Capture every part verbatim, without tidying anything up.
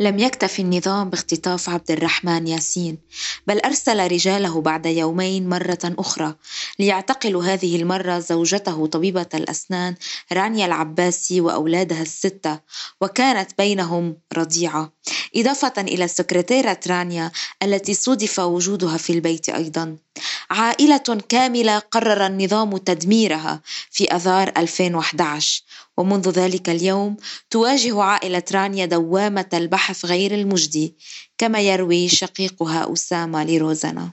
لم يكتف النظام باختطاف عبد الرحمن ياسين، بل أرسل رجاله بعد يومين مرة أخرى ليعتقلوا هذه المرة زوجته طبيبة الأسنان رانيا العباسي وأولادها الستة، وكانت بينهم رضيعة، إضافة إلى السكرتيرة رانيا التي صُدف وجودها في البيت أيضا. عائلة كاملة قرر النظام تدميرها في آذار ألفين وأحد عشر، ومنذ ذلك اليوم تواجه عائلة رانيا دوامة البحث غير المجدي، كما يروي شقيقها أسامة لروزانا.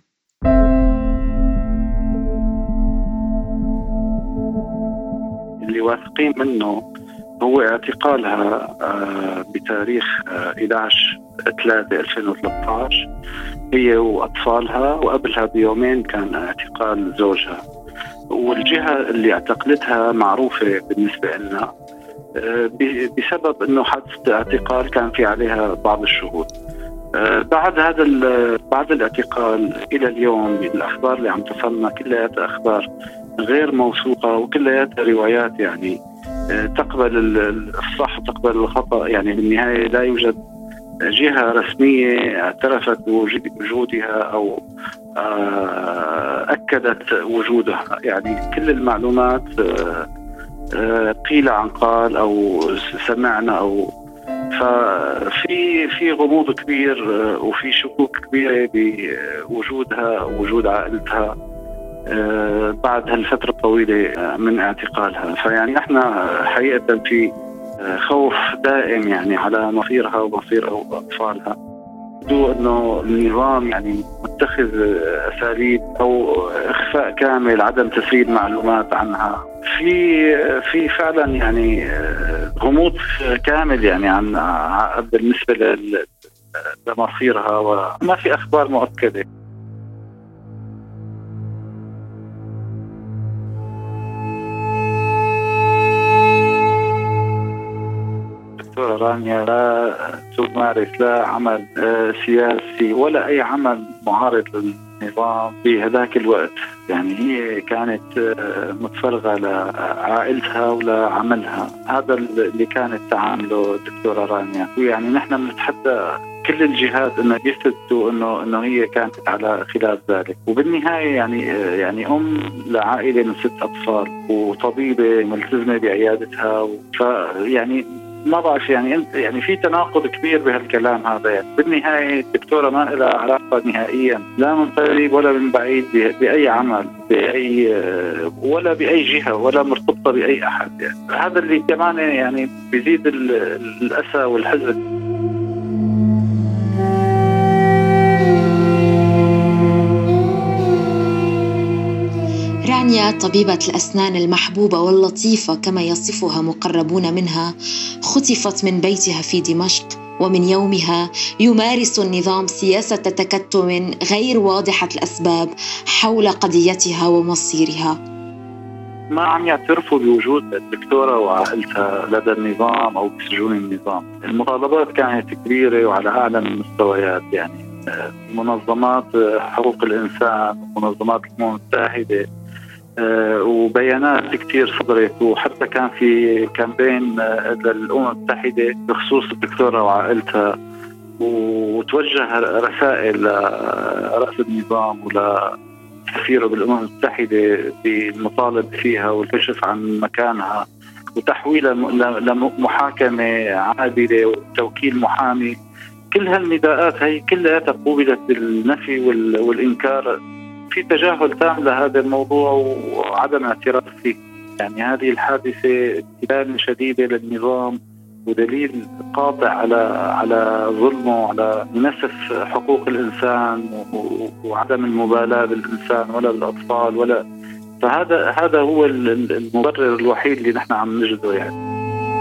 اللي واثقين منه هو اعتقالها آه، بتاريخ آه، أحد عشر ثلاثة ألفين وثلاثة عشر هي وأطفالها، وقبلها بيومين كان اعتقال زوجها. والجهة اللي اعتقلتها معروفة بالنسبة لنا آه، بسبب أنه حادثة اعتقال كان في عليها بعض الشهود. آه، بعد هذا بعد الاعتقال إلى اليوم الأخبار اللي عم تصلنا كلها أخبار غير موثوقة، وكلها روايات يعني تقبل الصح وتقبل الخطأ. يعني بالنهاية لا يوجد جهة رسمية اعترفت بوجودها أو أكدت وجودها. يعني كل المعلومات قيل عن قال أو سمعنا، أو ففي في غموض كبير وفي شكوك كبيرة بوجودها ووجود عائلتها بعد هالفترة الطويلة من اعتقالها. فيعني احنا حقيقة في خوف دائم يعني على مصيرها ومصير أطفالها، بدو انه النظام يعني متخذ اساليب او اخفاء كامل، عدم تسريب معلومات عنها. في في فعلا يعني غموض كامل يعني عن بالنسبة لمصيرها، وما في اخبار مؤكدة. دكتورة رانيا لا تمارس لا عمل سياسي ولا أي عمل معارض للنظام في هذاك الوقت. يعني هي كانت متفرغة لعائلتها ولعملها، هذا اللي كانت تعامله الدكتورة رانيا. ويعني نحن بنتحدى كل الجهات انه يثبتوا انه انه هي كانت على خلاف ذلك. وبالنهايه يعني يعني ام لعائله من ست اطفال وطبيبه ملتزمه بعيادتها، فيعني ما بعرف يعني يعني في تناقض كبير بهالكلام هذا. يعني بالنهايه الدكتوره ما لها علاقه نهائيا لا من قريب ولا من بعيد باي عمل باي ولا باي جهه ولا مرتبطه باي احد. يعني هذا اللي كمان يعني بيزيد الاسى والحزن. رانيا طبيبة الأسنان المحبوبة واللطيفة كما يصفها مقربون منها خطفت من بيتها في دمشق، ومن يومها يمارس النظام سياسة تكتم غير واضحة الأسباب حول قضيتها ومصيرها. ما عم يعترفوا بوجود الدكتورة وعائلتها لدى النظام أو بسجون النظام. المطالبات كانت كبيرة وعلى أعلى المستويات، يعني منظمات حقوق الإنسان ومنظمات الأمم المتحدة وبيانات كتير صدرت، وحتى كان في كامبين للأمم المتحدة بخصوص الدكتورة وعائلتها، وتوجه رسائل لرأس النظام ولسفيره بالأمم المتحدة بالمطالب فيها والكشف عن مكانها وتحويلها لمحاكمة عادلة وتوكيل محامي. كل هالنداءات هي كلها قوبلت بالنفي والإنكار. في تجاهل تام لهذا الموضوع وعدم اعتراف فيه. يعني هذه الحادثة إدانة شديدة للنظام ودليل قاطع على على ظلمه وعلى نسف حقوق الإنسان وعدم المبالاة بالإنسان ولا بالأطفال ولا. فهذا هذا هو المبرر الوحيد اللي نحن عم نجده. يعني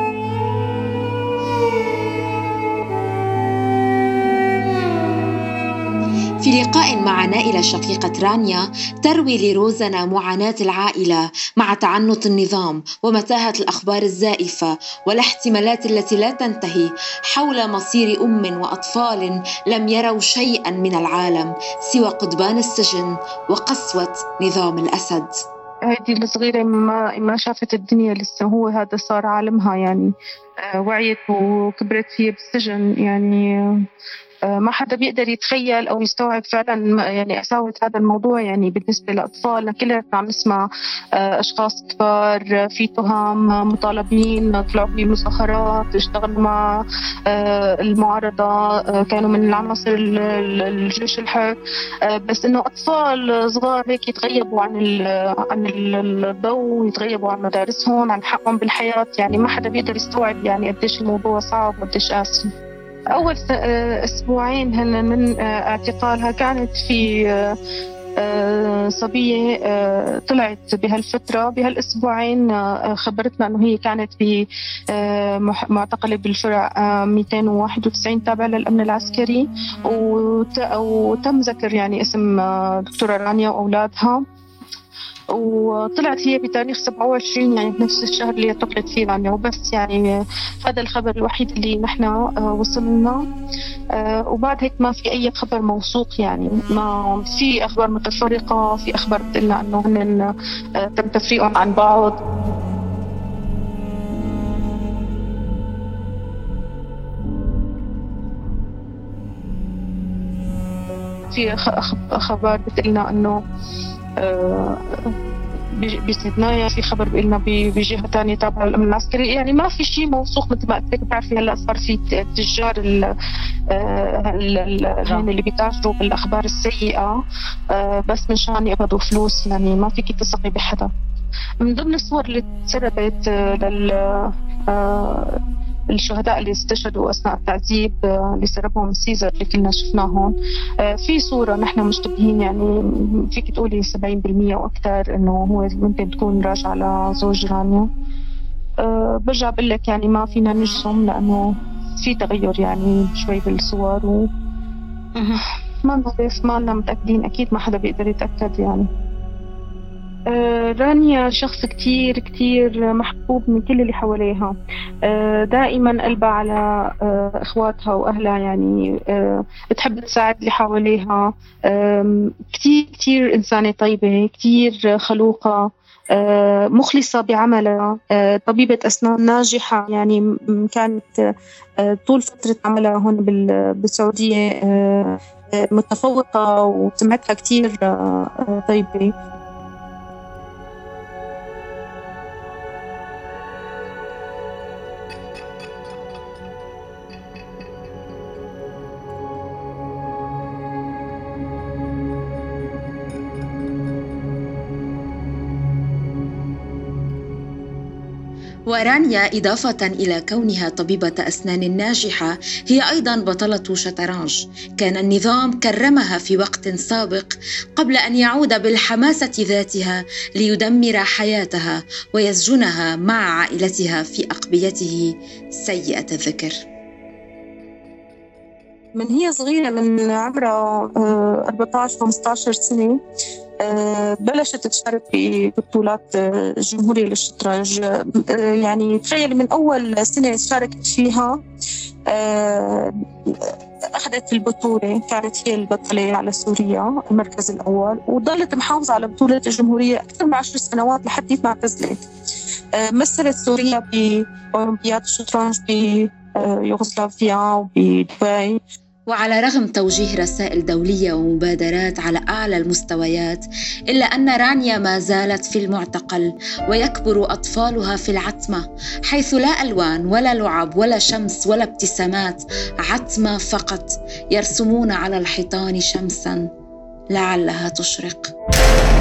في لقاء مع نائلة شقيقة رانيا تروي لروزانا معاناة العائلة مع تعنت النظام ومتاهة الأخبار الزائفة والاحتمالات التي لا تنتهي حول مصير أم وأطفال لم يروا شيئا من العالم سوى قضبان السجن وقسوة نظام الأسد. هيدي الصغيرة ما ما شافت الدنيا لسه، هو هذا صار عالمها يعني. آه، وعيت وكبرت هي بالسجن يعني. آه، ما حدا بيقدر يتخيل أو يستوعب فعلا يعني قساوة هذا الموضوع يعني بالنسبة لأطفال. كلنا عم نسمع آه، أشخاص كبار في تهم، مطالبين، طلعوا بمظاهرات، اشتغلوا مع آه، المعارضة، آه، كانوا من العناصر ال- ال- الجيش الحر. آه، بس إنه أطفال صغار هيك يتغيبوا عن ال- عن ال- الضوء، يتغيبوا عن مدارسهم، عن حقهم بالحياة. يعني ما حدا بيقدر يستوعب يعني قديش الموضوع صعب وقديش قاسي. أول س- آه، أسبوعين هن من آه، اعتقالها كانت في آه، آه، صبية آه، طلعت بهالفترة بهالأسبوعين. آه، خبرتنا أنه هي كانت في آه، مح- معتقلة بالفرع آه، مئتين وواحد وتسعين تابع للأمن العسكري. وت- وتم ذكر يعني اسم آه، دكتورة رانيا وأولادها. وطلعت هي بتاريخ سبعة وعشرين يعني بنفس الشهر اللي اعتقلت فيه رانيا وبس. يعني هذا الخبر الوحيد اللي نحن آه، وصلنا. آه، وبعد هيك ما في أي خبر موثوق يعني. ما في أخبار متفرقة، في أخبار بتقلنا إنه هن آه، تم تفريقهم عن بعض. في أخ- أخ- أخبار بتقلنا إنه آه، بج- بسيدنايا. في خبر بيقلنا ب- بجهة تانية تابعة للأمن العسكري. يعني ما في شيء موثوق. مثل ما قلت لك بتعرفي هلا صار في ت- تجار ال آه، ال- ال- هن اللي بيتاجروا بالأخبار السيئة آه، بس مشان يقبضوا فلوس. يعني ما فيك تثقي بحدا. من ضمن الصور اللي تسربت آه، لل آه، الشهداء اللي استشهدوا أثناء التعذيب آه، اللي سربهم سيزر اللي كنا شفناهم. آه، في صورة نحن مشتبهين يعني فيك تقولي سبعين بالمية وأكثر إنه هو ممكن تكون راجع على زوج رانيا. أه برجع بقول لك يعني ما فينا نجزم لأنه في تغير يعني شوي بالصور و ما بنعرف، ما لنا متأكدين. أكيد ما حدا بيقدر يتأكد يعني. آه، رانيا شخص كتير كتير محبوب من كل اللي حواليها. آه، دائما قلبها على آه، إخواتها وأهلها يعني. آه، بتحب تساعد اللي حواليها. آم، كتير كتير إنسانة طيبة، كتير خلوقة، آه، مخلصة بعملها. آه، طبيبة أسنان ناجحة يعني. م- كانت آه، طول فترة عملها هون بال- بالسعودية آه، آه، متفوقة وسمعتها كتير آه، آه، طيبة. ورانيا إضافة إلى كونها طبيبة أسنان ناجحة هي أيضا بطلة شطرنج. كان النظام كرمها في وقت سابق قبل أن يعود بالحماسة ذاتها ليدمر حياتها ويسجنها مع عائلتها في أقبيته سيئة الذكر. من هي صغيرة من عمرها آه، أربعة عشر خمسة عشر سنة آه، بلشت تشارك ببطولات آه، جمهورية للشطرنج. آه، يعني تخيل من أول سنة شاركت فيها آه، أخذت البطولة. كانت هي البطلة على سوريا المركز الأول، وظلت محافظة على بطولة الجمهورية أكثر من عشر سنوات لحد ما اعتزلت. آه، مثلت سوريا بأولمبياد الشطرنج بيوغوسلافيا وبدبي. وعلى رغم توجيه رسائل دولية ومبادرات على أعلى المستويات، إلا أن رانيا ما زالت في المعتقل ويكبر أطفالها في العتمة، حيث لا ألوان ولا لعب ولا شمس ولا ابتسامات، عتمة فقط، يرسمون على الحيطان شمسا لعلها تشرق.